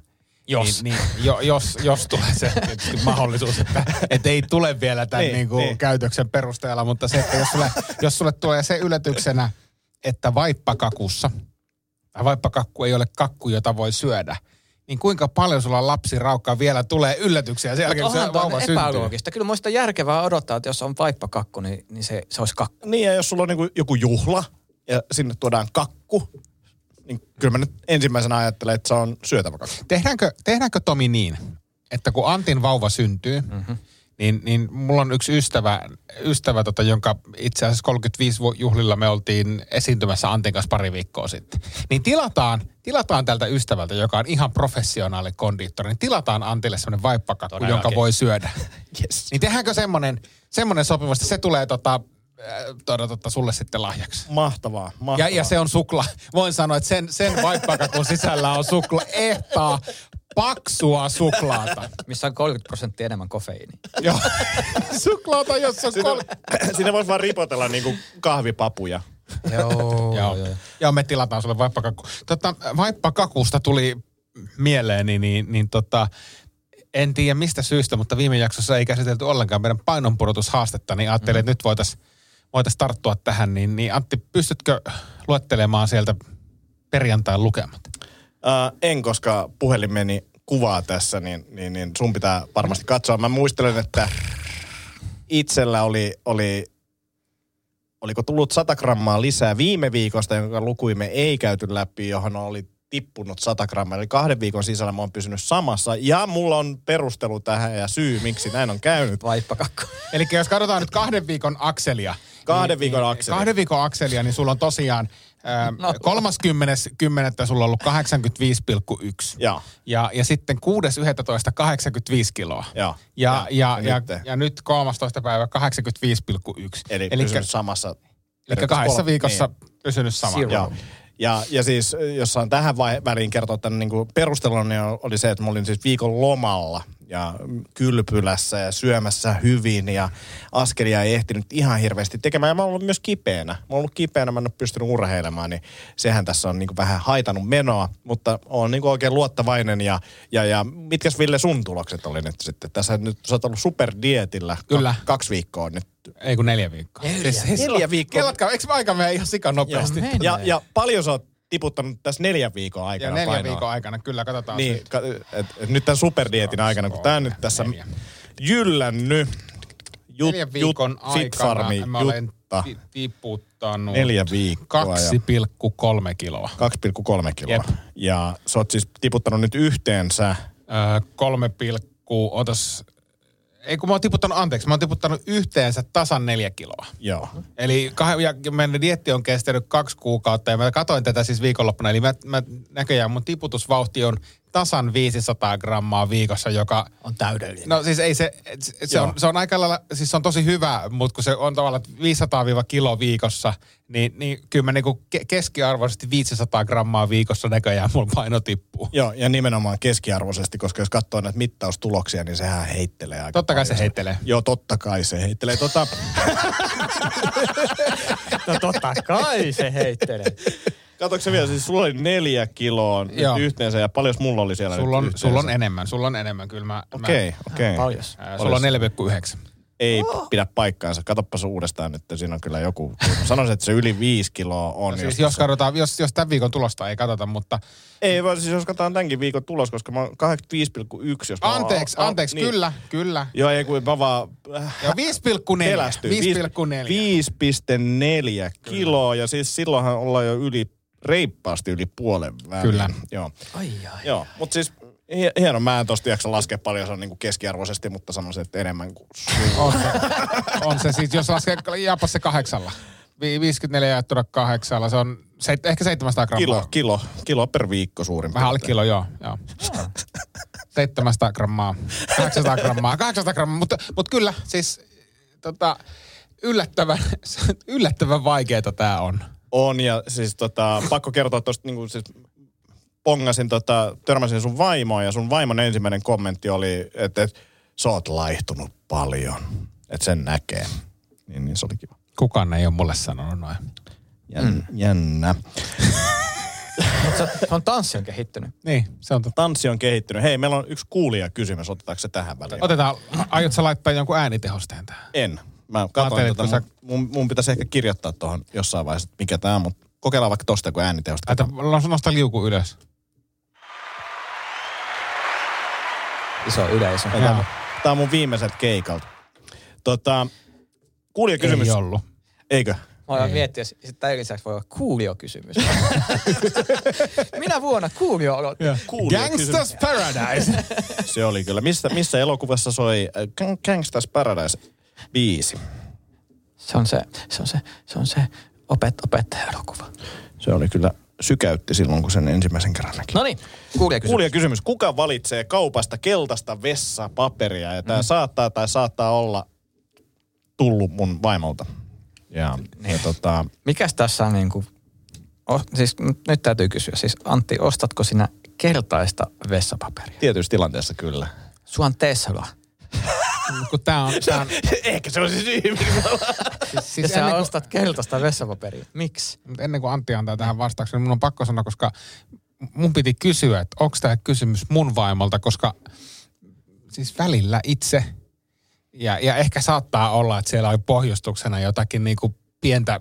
Jos tulee se tietysti mahdollisuus, että ei tule vielä tämän käytöksen perusteella, mutta se, että jos sulle tulee se yllätyksenä, että vaippakakku ei ole kakku, jota voi syödä, niin kuinka paljon sulla lapsiraukkaa vielä tulee yllätyksiä sen jälkeen, kun se vauva syntyy? Epäloogista. Kyllä muista järkevää odottaa, että jos on vaippakakku, niin se olisi kakku. Niin, ja jos sulla on niin joku juhla ja sinne tuodaan kakku, niin kyllä mä nyt ensimmäisenä ajattelen, että se on syötävä kakku. Tehdäänkö Tomi niin, että kun Antin vauva syntyy, niin mulla on yksi ystävä jonka itse asiassa 35 juhlilla me oltiin esiintymässä Antin kanssa pari viikkoa sitten. Niin tilataan tältä ystävältä, joka on ihan professionaali kondiittori, niin tilataan Antille semmoinen vaippakakku, jonka voi syödä. Yes. Niin tehdäänkö semmoinen sopimus, että se tulee sulle sitten lahjaksi. Mahtavaa. Ja se on suklaa. Voin sanoa, että sen vaippakakun sisällä on ehtaa paksua suklaata. Missä on 30% enemmän kofeiiniä. Joo. Suklaata, jos on Siinä voisi vaan ripotella niinku kahvipapuja. Joo, me tilataan sulle vaippakakku. Vaippakakusta tuli mieleeni, en tiedä mistä syystä, mutta viime jaksossa ei käsitelty ollenkaan meidän painonpudotushaastetta, niin ajattelin, että nyt voitaisiin tarttua tähän. Niin Antti, pystytkö luettelemaan sieltä perjantain lukemat? En, koska puhelin meni kuvaa tässä, niin sun pitää varmasti katsoa. Mä muistelen, että itsellä oliko tullut 100 grammaa lisää viime viikosta, jonka lukuimme ei käyty läpi, johon oli tippunut 100 grammaa. Eli 2 viikon sisällä mä oon pysynyt samassa. Ja mulla on perustelu tähän ja syy, miksi näin on käynyt. Vaippakakku. Eli jos katsotaan nyt 2 viikon akselia. 2 viikon akselia, niin sulla on tosiaan 30.10. sulla on ollut 85,1. Ja sitten 6.11. 85 kiloa. Ja nyt 13. päivä 85,1. Eli pysynyt samassa. Eli 2 viikossa pysynyt samassa. Ja siis, jos saan tähän väliin kertoa tämän niin kuin perusteluna, niin oli se, että mä olin siis viikon lomalla ja kylpylässä ja syömässä hyvin ja askelia ei ehtinyt ihan hirveästi tekemään. Ja mä oon ollut myös kipeänä. Mä oon ollut kipeänä, mä en ole pystynyt urheilemaan, niin sehän tässä on niin kuin vähän haitanut menoa, mutta oon niin kuin oikein luottavainen. Ja mitkäs Ville sun tulokset oli nyt sitten? Tässä nyt sä oot ollut superdietillä. Kyllä. 2 viikkoa nyt. Ei kun 4 viikkoa. 4 viikkoa. Eikö aika mene ihan sikan nopeasti? Ja paljon sä oot tiputtanut tässä 4 viikon aikana. Ja 4 viikon aikana, kyllä, katsotaan. Niin, nyt tämän superdietin aikana, kun tää nyt tässä jyllännyt 4 viikon aikana mä olen tiputtanut 4 viikkoa 2,3 kiloa. 2,3 kiloa. Jep. Ja sä oot siis tiputtanut nyt yhteensä 3,... mä oon tiputtanut yhteensä tasan 4 kiloa. Joo. Eli meidän dieetti on kestänyt 2 kuukautta ja mä katsoin tätä siis viikonloppuna. Eli mä näköjään mun tiputusvauhti on tasan 500 grammaa viikossa, joka... On täydellinen. No siis ei se on aika lailla, siis se on tosi hyvä, mutta kun se on tavallaan 500 kilo viikossa, niin kyllä mä niinku keskiarvoisesti 500 grammaa viikossa näköjään mun paino tippuu. Joo, ja nimenomaan keskiarvoisesti, koska jos katsoo näitä mittaustuloksia, niin sehän heittelee aika Totta kai paljon. se heittelee. Joo, totta kai se heittelee. No totta kai se heittelee. Katsoitko vielä, siis sulla oli 4 kiloa nyt yhteensä ja paljon mulla oli siellä Sulla on enemmän, kyllä Okei. Paljon. Sulla on 4,9. Ei pidä paikkaansa. Katoppas uudestaan nyt, siinä on kyllä joku. Sanoisin, että se yli 5 kiloa on. No siis jos katsotaan, jos tämän viikon tulosta ei katsota, mutta... Ei vaan siis jos katsotaan tämänkin viikon tulos, koska mä oon 85,1. Anteeksi, niin. Kyllä. Joo, ei kun mä vaan... Joo, 5,4 kiloa ja siis silloinhan ollaan jo reippaasti yli puolen välin. Kyllä. Joo. Ai. Joo, mutta siis hieno. Mä en tosta jaksa laskea paljon, se on niinku keskiarvoisesti, mutta sanoisin, että enemmän kuin on se siis, jos laskee, jaapa se 8. 54 jaettuna 8, se on ehkä 700 grammaa. Kilo per viikko suurin. Vähän alle kilo, joo. 700 grammaa, 800 grammaa, mutta kyllä siis yllättävän vaikeeta tää on. On ja siis pakko kertoa tosta niinku siis pongasin törmäsin sun vaimoon ja sun vaimon ensimmäinen kommentti oli, että sä oot laihtunut paljon. Että sen näkee. Niin se oli kiva. Kukaan ei ole mulle sanonut noin. Jännä. Mutta on tanssi on kehittynyt. Niin, se on totta. Tanssi on kehittynyt. Hei, meillä on yksi kuulijakysymys. Otetaanko se tähän väliin? Otetaan, aiotko sä laittaa jonkun äänitehosteen tähän? En. Mä katsoin ajattelin, mun pitäisi ehkä kirjoittaa tuohon jossain vaiheessa, mikä tää on, mutta kokeillaan vaikka tosta, kun äänitehosta. Nosta liuku ylös. Iso yleisö. Tää on mun viimeiset keikalta. Kuulijakysymys. Ei ollut. Eikö? Mä aloin miettiä, että tämän lisäksi voi olla kuuliokysymys. Minä vuonna kuulio aloitti. Gangsta's Paradise. Se oli kyllä. Missä elokuvassa soi Gangsta's Paradise -biisi? Se on se opettaja-elokuva. Se oli kyllä, sykäytti silloin, kun sen ensimmäisen kerran näki. Noniin, kuulijakysymys. Kuka valitsee kaupasta keltaista vessapaperia? Ja tää saattaa olla tullut mun vaimolta. Ja mikäs tässä on niinku... siis nyt täytyy kysyä. Siis Antti, ostatko sinä keltaista vessapaperia? Tietyissä tilanteessa kyllä. Suon Tesla. Kun tää on... Ehkä se on se syy. Siis sä ostat keltaista vessapaperia. Miksi? Ennen kuin Antti antaa tähän vastauksen, mun on pakko sanoa, koska mun piti kysyä, että onko tämä kysymys mun vaimolta, koska siis välillä itse, ja ehkä saattaa olla, että siellä oli pohjustuksena jotakin niinku pientä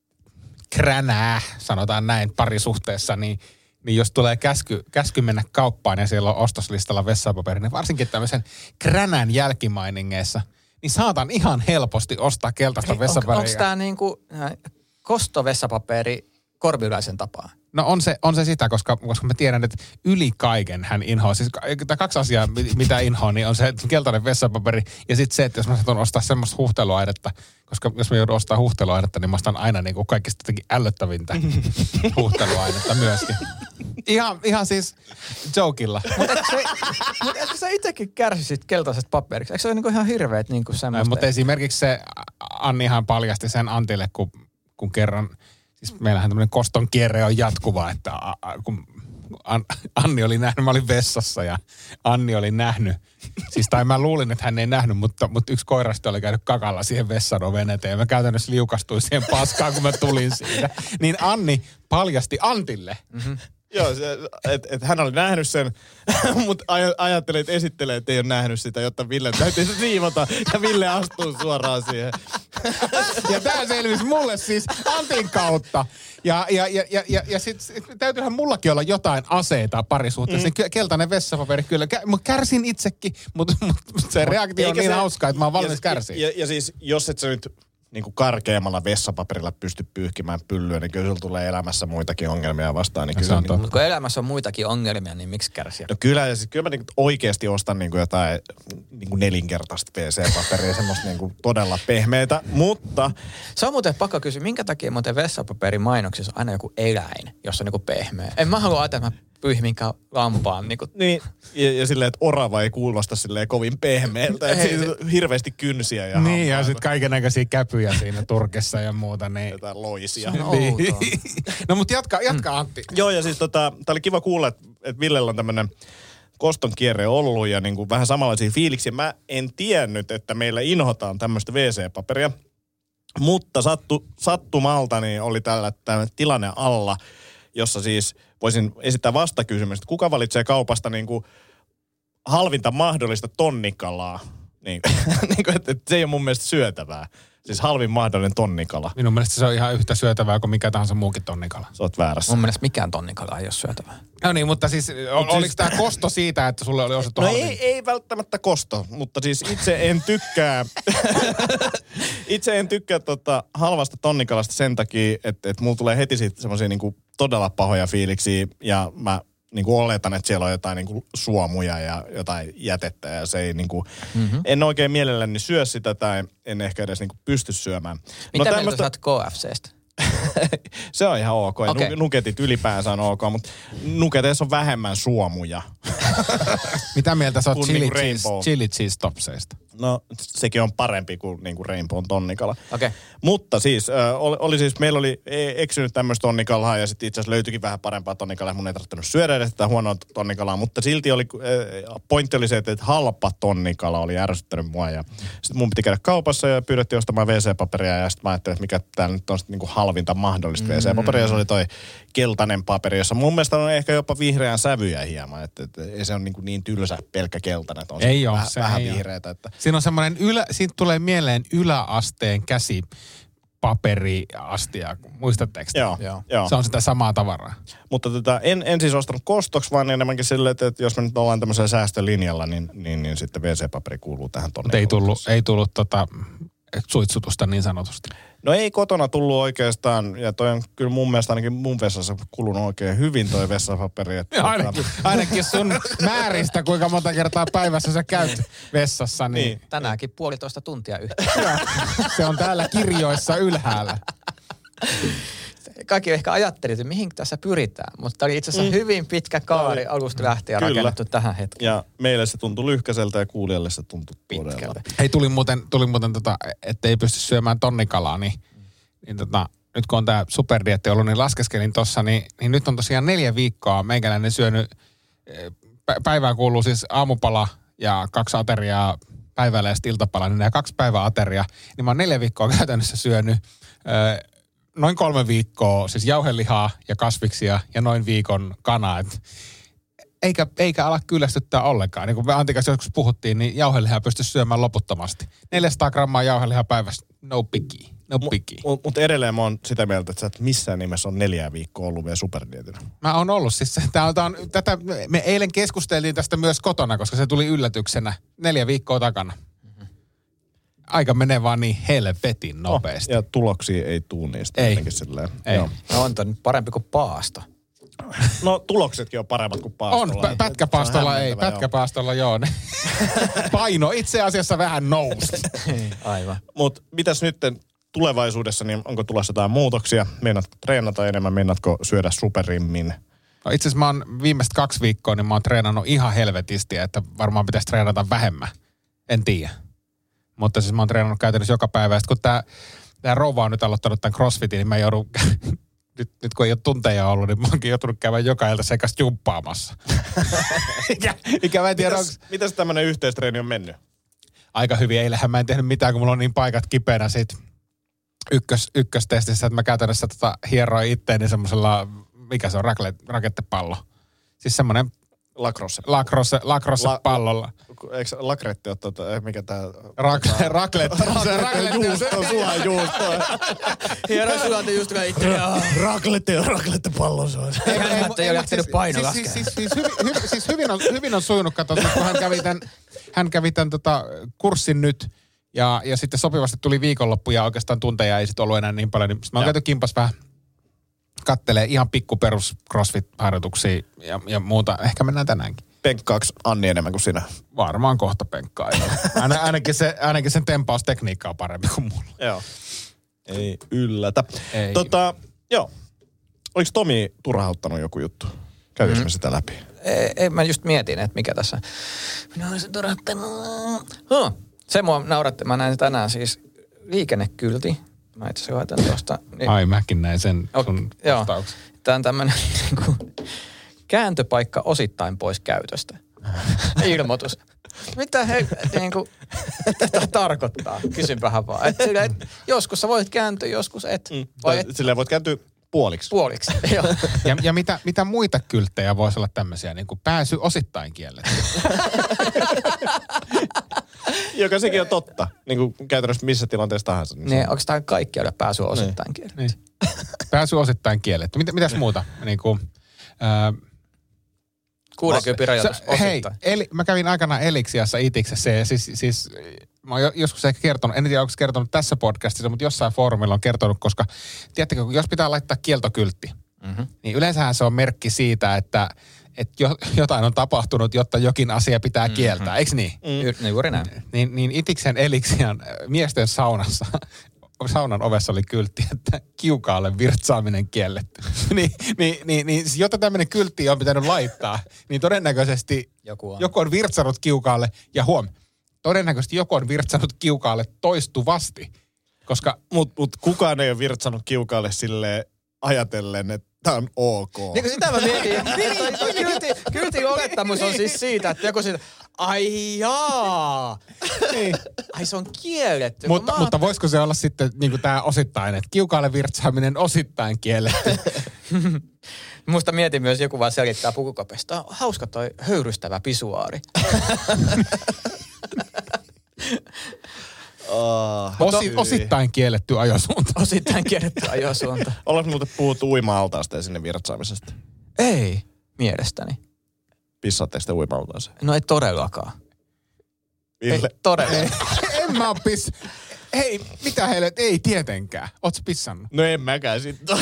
kränää, sanotaan näin, parisuhteessa, niin jos tulee käsky mennä kauppaan ja siellä on ostoslistalla vessapaperi, niin varsinkin tämmöisen kränän jälkimainingeissa, niin saatan ihan helposti ostaa keltaista vessapaperia. Onko tämä niinku kostovessapaperi korviläisen tapaan? No on se sitä, koska mä tiedän, että yli kaiken hän inhoaa. Siis kaksi asiaa, mitä inhoaa, niin on se keltainen vessapaperi ja sitten se, että jos mä satun ostaa semmoista huhteluaidetta, koska jos mä joudun ostaa huhteluaidetta, niin mä ostan aina niin kuin kaikista jotenkin ällöttävintä huhteluaidetta myöskin. Ihan siis jokilla. Mutta etkö sä itsekin kärsisit keltaisesta paperiksi? Eikö se ole niinku ihan hirveet niinku semmoista? Mutta esimerkiksi se Annihan paljasti sen Antille, kun kerran... Siis meillähän tämmöinen koston kierre on jatkuva, että kun Anni oli nähnyt, mä olin vessassa ja Anni oli nähnyt. Siis tai mä luulin, että hän ei nähnyt, mutta yksi koirasta oli käynyt kakalla siihen vessan oven eteen. Ja mä käytännössä liukastuin siihen paskaan, kun mä tulin siitä. Niin Anni paljasti Antille. Mm-hmm. Joo, että hän oli nähnyt sen, mutta ajattelin, että esittelee, että ei ole nähnyt sitä, jotta Ville täytyy se siivota ja Ville astuu suoraan siihen. Ja tämä selvisi mulle siis Antin kautta. Ja sitten täytyyhän mullakin olla jotain aseita parisuhteessa. Keltainen vessapaperi kyllä. Kärsin itsekin, mutta se reaktio on niin hauska, että mä oon valmis kärsiä. Ja siis jos et sä nyt niinku karkeammalla vessapaperilla pysty pyyhkimään pyllyä, niin kyllä sulla tulee elämässä muitakin ongelmia vastaan. Niin kyllä, mutta kun elämässä on muitakin ongelmia, niin miksi kärsiä? No kyllä, ja siis kyllä mä niinku oikeasti ostan niinku jotain niinku nelinkertaista WC-paperia, semmoista niinku todella pehmeitä, mutta... Se on muuten pakko kysyä, minkä takia muuten vessapaperin mainoksissa on aina joku eläin, jossa on niinku pehmeä? En mä halua ajatella, että mä pyyhin minkään lampaan. Niin, ja silleen, että orava ei kuulosta silleen kovin pehmeältä. Että siinä on hirveästi kynsiä ja niin, ja sitten kaikennäköisiä käpyjä siinä turkessa ja muuta. Niin. Jotain loisia. No mutta jatka Antti. Joo, ja siis tää oli kiva kuulla, että Villellä on tämmönen koston kierre ollut ja niinku vähän samanlaisia fiiliksiä. Mä en tiennyt, että meillä inhotaan tämmöistä WC-paperia, mutta sattumalta niin oli tällainen tilanne alla, jossa siis voisin esittää vastakysymys, että kuka valitsee kaupasta niinku halvinta mahdollista tonnikalaa? Niinku, että se ei ole mun mielestä syötävää. Siis halvin mahdollinen tonnikala. Minun mielestä se on ihan yhtä syötävää kuin mikä tahansa muukin tonnikala. Sä oot väärässä. Mun mielestä mikään tonnikala ei ole syötävää. No niin, mutta siis oliko tämä kosto siitä, että sulle oli ostettu halvin? No ei välttämättä kosto, mutta siis itse en tykkää halvasta tonnikalasta sen takia, että mulla tulee heti siitä semmoisia niinku todella pahoja fiiliksiä ja mä niinku oletan, että siellä on jotain niinku suomuja ja jotain jätettä ja se ei niinku, en oikein mielelläni syö sitä tai en ehkä edes niinku pysty syömään. Mitä mieltä sä oot KFCstä? Se on ihan ok. Okay. Nuketit ylipäänsä on ok, mutta nuketeissa on vähemmän suomuja. Mitä mieltä sä oot chili cheese topseista? No sekin on parempi kuin niinku Rainbown tonnikala. Okei. Mutta siis, meillä oli eksynyt tämmöistä tonnikalaa ja sitten itse asiassa löytyikin vähän parempaa tonnikalaa. Mun ei tarvittanut syödä edes tätä huonoa tonnikalaa, mutta silti oli, pointti oli se, että halpa tonnikala oli ärsyttänyt mua. Ja sitten mun piti käydä kaupassa ja pyydettiin ostamaan WC-paperia ja sitten mä ajattelin, että mikä tää nyt on niinku halvinta mahdollista WC-paperia. Se oli toi keltainen paperi, jossa mun mielestä on ehkä jopa vihreän sävyjä hieman. Että ei se on niin tylsä pelkkä keltainen, että on ei vähän vihreätä. Että. Siinä on semmoinen siitä tulee mieleen yläasteen käsipaperiastia. Muistatteko? Joo. Se on sitä samaa tavaraa. Mutta en siis ostanut kostoksi, vaan enemmänkin silleen, että jos me nyt ollaan tämmöisellä säästölinjalla, niin sitten WC-paperi kuuluu tähän tonne. Ei tullut suitsutusta niin sanotusti. No ei kotona tullut oikeastaan, ja toi on kyllä mun mielestä ainakin mun vessassa kulunut oikein hyvin toi vessapaperi. Ainakin sun määristä, kuinka monta kertaa päivässä sä käyt vessassa. Niin. Tänäänkin 1,5 tuntia yhteen. Se on täällä kirjoissa ylhäällä. Kaikki ehkä ajattelivat, että mihin tässä pyritään, mutta tämä oli itse asiassa hyvin pitkä kaari alusta lähtien rakennettu tähän hetkeen. Ja meille se tuntui lyhkäseltä ja kuulijalle se tuntui pitkältä. Hei, tuli muuten että ei pysty syömään tonnikalaa, niin nyt kun on tää superdieetti ollut, niin laskeskelin tossa, niin nyt on tosiaan 4 viikkoa meikäläinen syönyt, päivään kuuluu siis aamupala ja 2 ateriaa päivällä ja sitten iltapala, niin nämä 2 päivää ateria, niin mä oon 4 viikkoa käytännössä syönyt noin 3 viikkoa siis jauhelihaa ja kasviksia ja noin viikon kanaa. Eikä ala kyllästyttää ollenkaan. Niin kuin me Antikas joskus puhuttiin, niin jauhelihaa pystyisi syömään loputtomasti. 400 grammaa jauhelihaa päivässä, no picky. Mutta edelleen mä oon sitä mieltä, että sä et missään nimessä on 4 viikkoa ollut vielä superdietinä. Mä oon ollut. Siis me eilen keskusteltiin tästä myös kotona, koska se tuli yllätyksenä 4 viikkoa takana. Aika menee vaan niin helvetin nopeasti. Ja tuloksia ei tuu niistä. Ei. Ei. No on toi nyt parempi kuin paasto. No tuloksetkin on paremmat kuin paastolla. On, pätkäpaastolla ei. Pätkäpaastolla joo. Paino itse asiassa vähän nousi. Aivan. Mutta mitäs nyt tulevaisuudessa, niin onko tulossa jotain muutoksia? Meinaatko treenata enemmän? Meinaatko syödä superimmin? No itse asiassa mä oon viimeiset 2 viikkoa, niin mä oon treenannut ihan helvetisti, että varmaan pitäisi treenata vähemmän. En tiedä. Mutta siis mä oon treenannut käytännössä joka päivä. Ja sitten kun tää rouva on nyt aloittanut tämän crossfitin, niin mä joudun, nyt kun ei ole tunteja ollut, niin mä oonkin joutunut käymään joka ilta sekas jumppaamassa. Mikä mä en tiedä, mitäs tämmönen yhteistreeni on mennyt? Aika hyvin. Eilähän mä en tehnyt mitään, kun mulla on niin paikat kipeänä siitä ykköstestissä, että mä käytännössä hieroin itteeni semmosella, mikä se on, rakettepallo. Siis semmonen lacrosse-pallolla. Eikö lakretti ole mikä tää... Raclette. Juusto. Hieno sulanti just tulee itse. Raclette-pallo se on. Ei ole lähtenyt paino laskea. Siis hyvin on sujunut, kun hän kävi tämän kurssin nyt. Ja sitten sopivasti tuli viikonloppu ja oikeastaan tunteja ei sitten ollut enää niin paljon. Niin mä oon käyty kimpas vähän kattelee ihan pikkuperus crossfit-harjoituksia ja muuta. Ehkä mennään tänäänkin. Penkkaaks Anni enemmän kuin sinä? Varmaan kohta penkkaa. Ainakin sen tempaustekniikka on parempi kuin mulla. Joo. Ei yllätä. Ei. Joo. Oliko Tomi turhauttanut joku juttu? Käytiinkö me sitä läpi? Ei, mä just mietin, että mikä tässä... Minä olisin turhauttanut. Se mua nauratti. Mä näin tänään siis liikennekylti. Mä itse asiassa laitan tuosta. Niin. Ai, mäkin näin sen sun vastauksen. Tämä on tämmöinen kääntöpaikka osittain pois käytöstä. Ilmoitus. Mitä tätä tarkoittaa? Kysynpähän vaan. Et joskus sä voit kääntyä, joskus et. Silleen voit kääntyä puoliksi. Puoliksi, joo. Ja mitä muita kylttejä voisi olla tämmöisiä, niin kuin pääsy osittain kielletty? Joka sekin on totta. Niin kuin käytännössä missä tilanteessa tahansa. Niin oikeastaan kaikki on pääsy osittain kielletty. Niin. Pääsy osittain kielletty. Mitäs muuta? Niin kuin, 60 rajoitus osittain. Hei, mä kävin aikanaan Eliksiassa itiksessä ja siis mä oon joskus ehkä kertonut, en tiedä onko kertonut tässä podcastissa, mutta jossain foorumilla on kertonut, koska tiedättekö, jos pitää laittaa kieltokyltti, niin yleensähän se on merkki siitä, että jotain on tapahtunut, jotta jokin asia pitää kieltää, eikö niin? Juuri näin. Niin Itiksen Eliksian miesten saunassa, saunan ovessa oli kyltti, että kiukaalle virtsaaminen kielletty. niin jotta tämmöinen kyltti on pitänyt laittaa, niin todennäköisesti joku on virtsannut kiukaalle ja todennäköisesti joku on virtsannut kiukaalle toistuvasti. Koska Mut kukaan ei ole virtsannut kiukaalle silleen ajatellen, että tämä on ok. Niin kuin sitä mä mietin. Kyltin olettamus on siis siitä, että joku siitä, ai jaa. Ai se on kielletty. Mutta voisiko se olla sitten niin kuin tämä osittain, että kiukaalle virtsaaminen osittain kielletty? Musta mietin myös, joku vaan selittää pukukopesta. Hauska toi höyrystävä pisuaari. Osittain kielletty ajosuunta. Osittain kielletty ajosuunta. Ollaanko muuten puhuttu uima-altaasta ja sinne virtsaamisesta? Ei, mielestäni. Pissaatteko te uima-altaaseen? No ei todellakaan. Ville? Ei todellakaan. En mä oo Hei, mitä heille? Ei tietenkään. Ootko pissannut? No en mäkään sitten.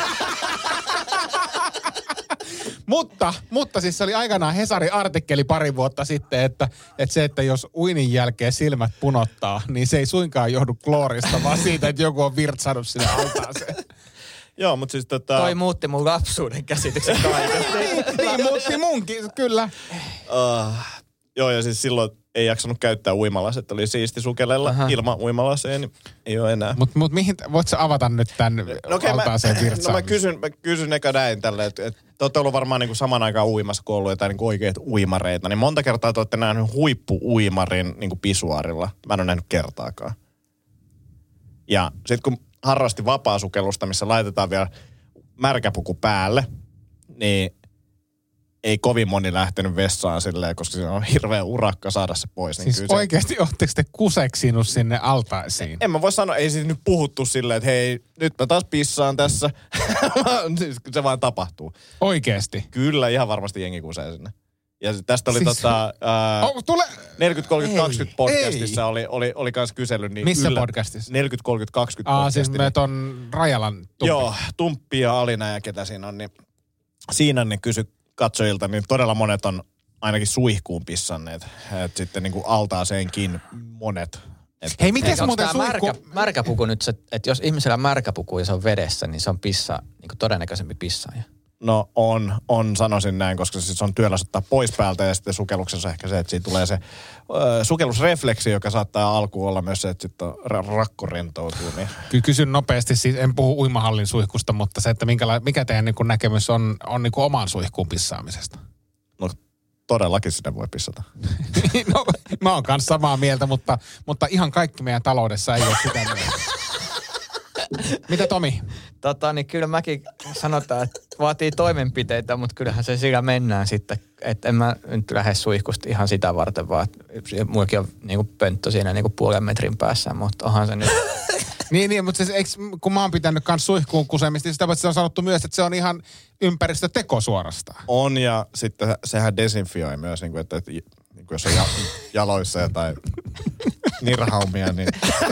Mutta siis se oli aikanaan Hesarin artikkeli pari vuotta sitten, että jos uinin jälkeen silmät punottaa, niin se ei suinkaan johdu kloorista, vaan siitä, että joku on virtsannut sinne altaaseen. Joo, mutta siis Toi muutti mun lapsuuden käsityksen kaikesta. Niin muutti munkin, kyllä. Joo, ja siis silloin ei jaksanut käyttää uimalaset. Oli siisti sukellella ilman uimalaseen, niin ei ole enää. Mut mihin, voit sä avata nyt tän altaaseen virtsaamisen? Mä kysyn eka näin tälle, että te olette ollut varmaan niinku saman aikaan uimassa, kun on ollut jotain niinku oikeat uimareita. Niin monta kertaa te olette nähnyt huippu-uimarin niinku pisuaarilla. Mä en ole nähnyt kertaakaan. Ja sit kun harrasti vapaasukellusta, missä laitetaan vielä märkäpuku päälle, niin ei kovin moni lähtenyt vessaan silleen, koska se on hirveä urakka saada se pois. Niin siis oikeasti ootteko te kuseksinut sinne altaisiin? En mä voi sanoa, ei siis nyt puhuttu silleen, että hei, nyt mä taas pissaan tässä. Siis se vaan tapahtuu. Oikeesti? Kyllä, ihan varmasti jengi kusee sinne. Ja tästä oli siis, 40-30-20 podcastissa oli kans kysely. Niin missä podcastissa? 40-30-20 podcastissa. Siis me ton Rajalan Tumppi. Joo, Tumppi ja Alina ja ketä siinä on. Niin siinä ne kysy katsojilta, niin todella monet on ainakin suihkuun pissanneet. Että sitten niin kuin altaaseenkin monet. Hei, miten se muuten märkäpuku nyt se, että jos ihmisellä on märkäpuku ja se on vedessä, niin se on niin kuin todennäköisempi pissaaja. No on, sanoisin näin, koska siis on työläs ottaa pois päältä ja sitten sukelluksessa ehkä se, että siitä tulee se sukellusrefleksi, joka saattaa alkuun olla myös se, että sitten rakko rentoutuu. Niin. Kyllä kysyn nopeasti, siis en puhu uimahallin suihkusta, mutta se, että mikä teidän niin kuin näkemys on niin kuin oman suihkuun pissaamisesta? No todellakin sinne voi pissata. No mä oon kanssa samaa mieltä, mutta ihan kaikki meidän taloudessa ei ole sitä mieltä. Mitä Tomi? Niin kyllä mäkin sanotaan, että vaatii toimenpiteitä, mutta kyllähän se sillä mennään sitten. Että en mä nyt lähde suihkusta ihan sitä varten, vaan mullakin on niinku pönttö siinä niinku 0,5 metrin päässä, mutta onhan se nyt. Niin, mutta siis, kun mä oon pitänyt kans suihkuun kusemista, niin sitä se on sanottu myös, että se on ihan ympäristöteko suorastaan. On, ja sitten sehän desinfioi myös, niin kuin, että niin kuin jos on jaloissa jotain nirhaumia, niin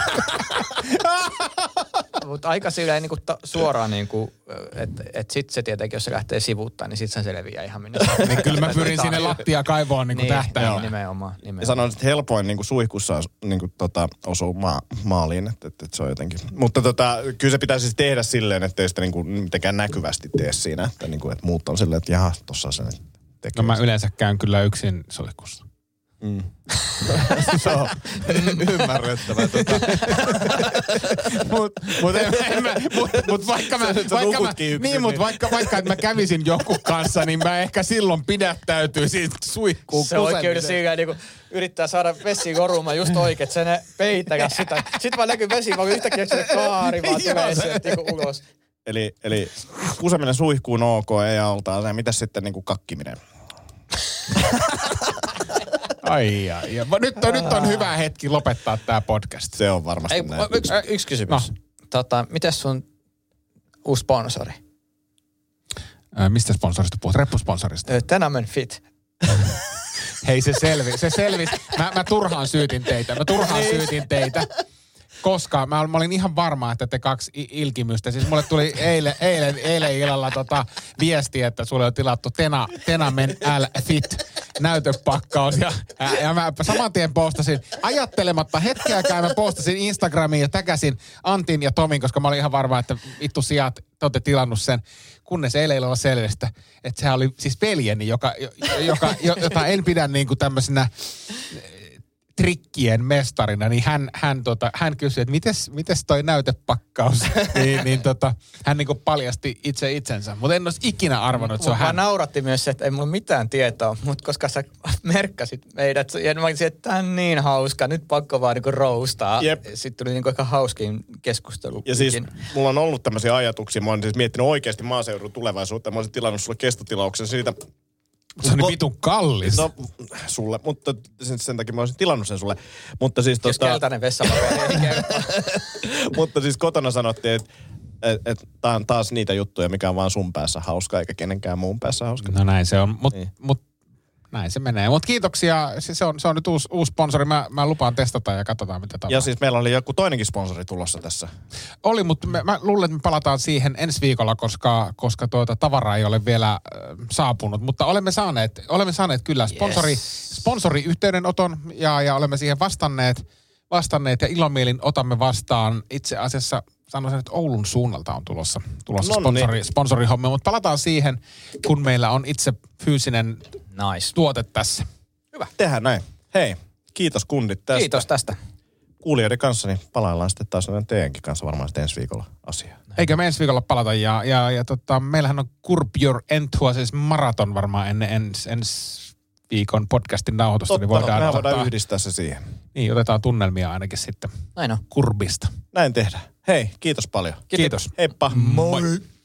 mutta aika silleen niinku suoraan niinku, että sit se tietenkin, jos se lähtee sivuuttaan, niin sit se selviää ihan minne. Niin kyllä mä pyrin sinne lattiakaivoon niinku tähtäämään. Nimenomaan. Ja sanoin, että helpoin niinku suihkussa niinku osuu maaliin, että se on jotenkin. Mutta kyllä se pitäisi siis tehdä silleen, ettei sitä niinku mitenkään näkyvästi tee siinä, että niinku, et muut on silleen, että jaha, tossa se nyt tekee. No mä yleensä käyn kyllä yksin suihkussa. Se on ymmärrettävä. Vaikka että mä kävisin joku kanssa, niin mä ehkä silloin pidättäytyisin suihkuun se kusemiseen. Se oikein siinä niinku yrittää saada vesi korumaan just oikein, että se ne peittää sitä. Sitten vaan näkyy vesi, vaan yhtäkkiä se kaari vaan tulee sieltä niinku ulos. Eli kuseminen suihkuun ok, ei altaan. Mitäs sitten niinku kakkiminen? Ai. Nyt on hyvä hetki lopettaa tää podcast. Se on varmasti näin. Yksi kysymys. No. Mites sun uusi sponsori? Mistä sponsorista puhut? Reppusponsorista? Tenamen Fit. Hei, se selvisi. Mä turhaan syytin teitä. Koska mä olin ihan varma, että te kaksi ilkimystä. Siis mulle tuli eilen illalla viesti, että sulle on tilattu Tenamen L-Fit näytöpakkaus. Ja mä saman tien postasin, ajattelematta hetkeäkään mä postasin Instagramiin ja täkäsin Antin ja Tomin, koska mä olin ihan varma, että vittu sijat, te olette tilannut sen. Kunnes eilen illalla selvistä, että sehän oli siis veljeni, jota en pidä niinku tämmöisenä trikkien mestarina, niin hän kysyi, että mites toi näytepakkaus? Hän niinku paljasti itse itsensä, mutta en olisi ikinä arvannut, että se on hän. Mä nauratti myös se, että ei mulla mitään tietoa, mutta koska sä merkkasit meidät, ja mä olisin, että tää on niin hauska, nyt pakko vaan niinku roustaa. Sitten tuli niinku ehkä hauskin keskustelu. Ja siis mulla on ollut tämmöisiä ajatuksia, mä oon siis miettinyt oikeasti maaseudun tulevaisuutta, mä olisin tilannut sulle kestotilauksen siitä. Se on niin vitun kallis. No, sulle, mutta sen takia mä olisin tilannut sen sulle. Mutta siis jos keltainen vessapaperi ei kertaa. Mutta siis kotona sanottiin, että tää on taas niitä juttuja, mikä on vaan sun päässä hauska, eikä kenenkään muun päässä hauska. No näin se on, mutta näin se menee. Mutta kiitoksia, se on nyt uusi sponsori. Mä lupaan testata ja katsotaan mitä tapahtuu. Ja siis meillä oli joku toinenkin sponsori tulossa tässä. Oli, mutta mä luulen, että me palataan siihen ensi viikolla, koska tavara ei ole vielä saapunut. Mutta olemme saaneet kyllä sponsoriyhteydenoton ja olemme siihen vastanneet ja ilomielin otamme vastaan. Itse asiassa sanoisin, että Oulun suunnalta on tulossa sponsorihommia, mutta palataan siihen, kun meillä on itse fyysinen tuote tässä. Hyvä. Tehdään näin. Hei, kiitos kundit tästä. Kiitos tästä. Kuulijoiden kanssa, niin palaillaan sitten taas teidänkin kanssa varmaan sitten ensi viikolla asiaa. Eikö me ensi viikolla palata? Ja meillähän on Curb Your Enthusiasm siis maraton varmaan ennen ensi viikon podcastin nauhoitusta. Totta, niin voidaan yhdistää se siihen. Niin, otetaan tunnelmia ainakin sitten. Näin on. Kurbista. Näin tehdään. Hei, kiitos paljon. Kiitos. Heippa. Moi.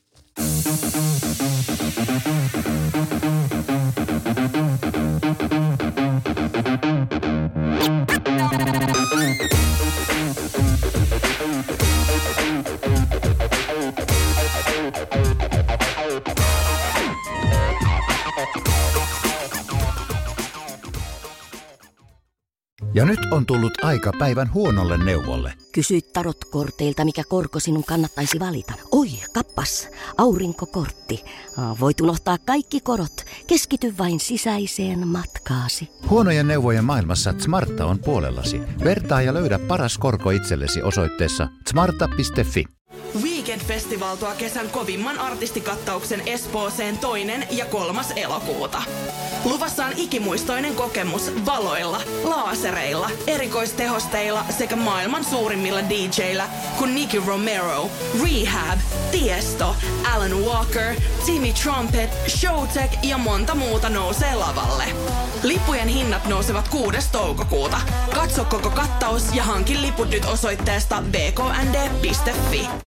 Ja nyt on tullut aika päivän huonolle neuvolle. Kysy tarotkorteilta, mikä korko sinun kannattaisi valita. Oi, kappas, aurinkokortti. Voit unohtaa kaikki korot. Keskity vain sisäiseen matkaasi. Huonojen neuvojen maailmassa Smarta on puolellasi. Vertaa ja löydä paras korko itsellesi osoitteessa smarta.fi. Weekend Festival tuo kesän kovimman artistikattauksen Espooseen 2. ja 3. elokuuta. Luvassa on ikimuistoinen kokemus valoilla, laasereilla, erikoistehosteilla sekä maailman suurimmilla DJillä kuin Nicky Romero, Rehab, Tiesto, Alan Walker, Timmy Trumpet, Showtek ja monta muuta nousee lavalle. Lippujen hinnat nousevat 6. toukokuuta. Katso koko kattaus ja hankin liput nyt osoitteesta bknd.fi.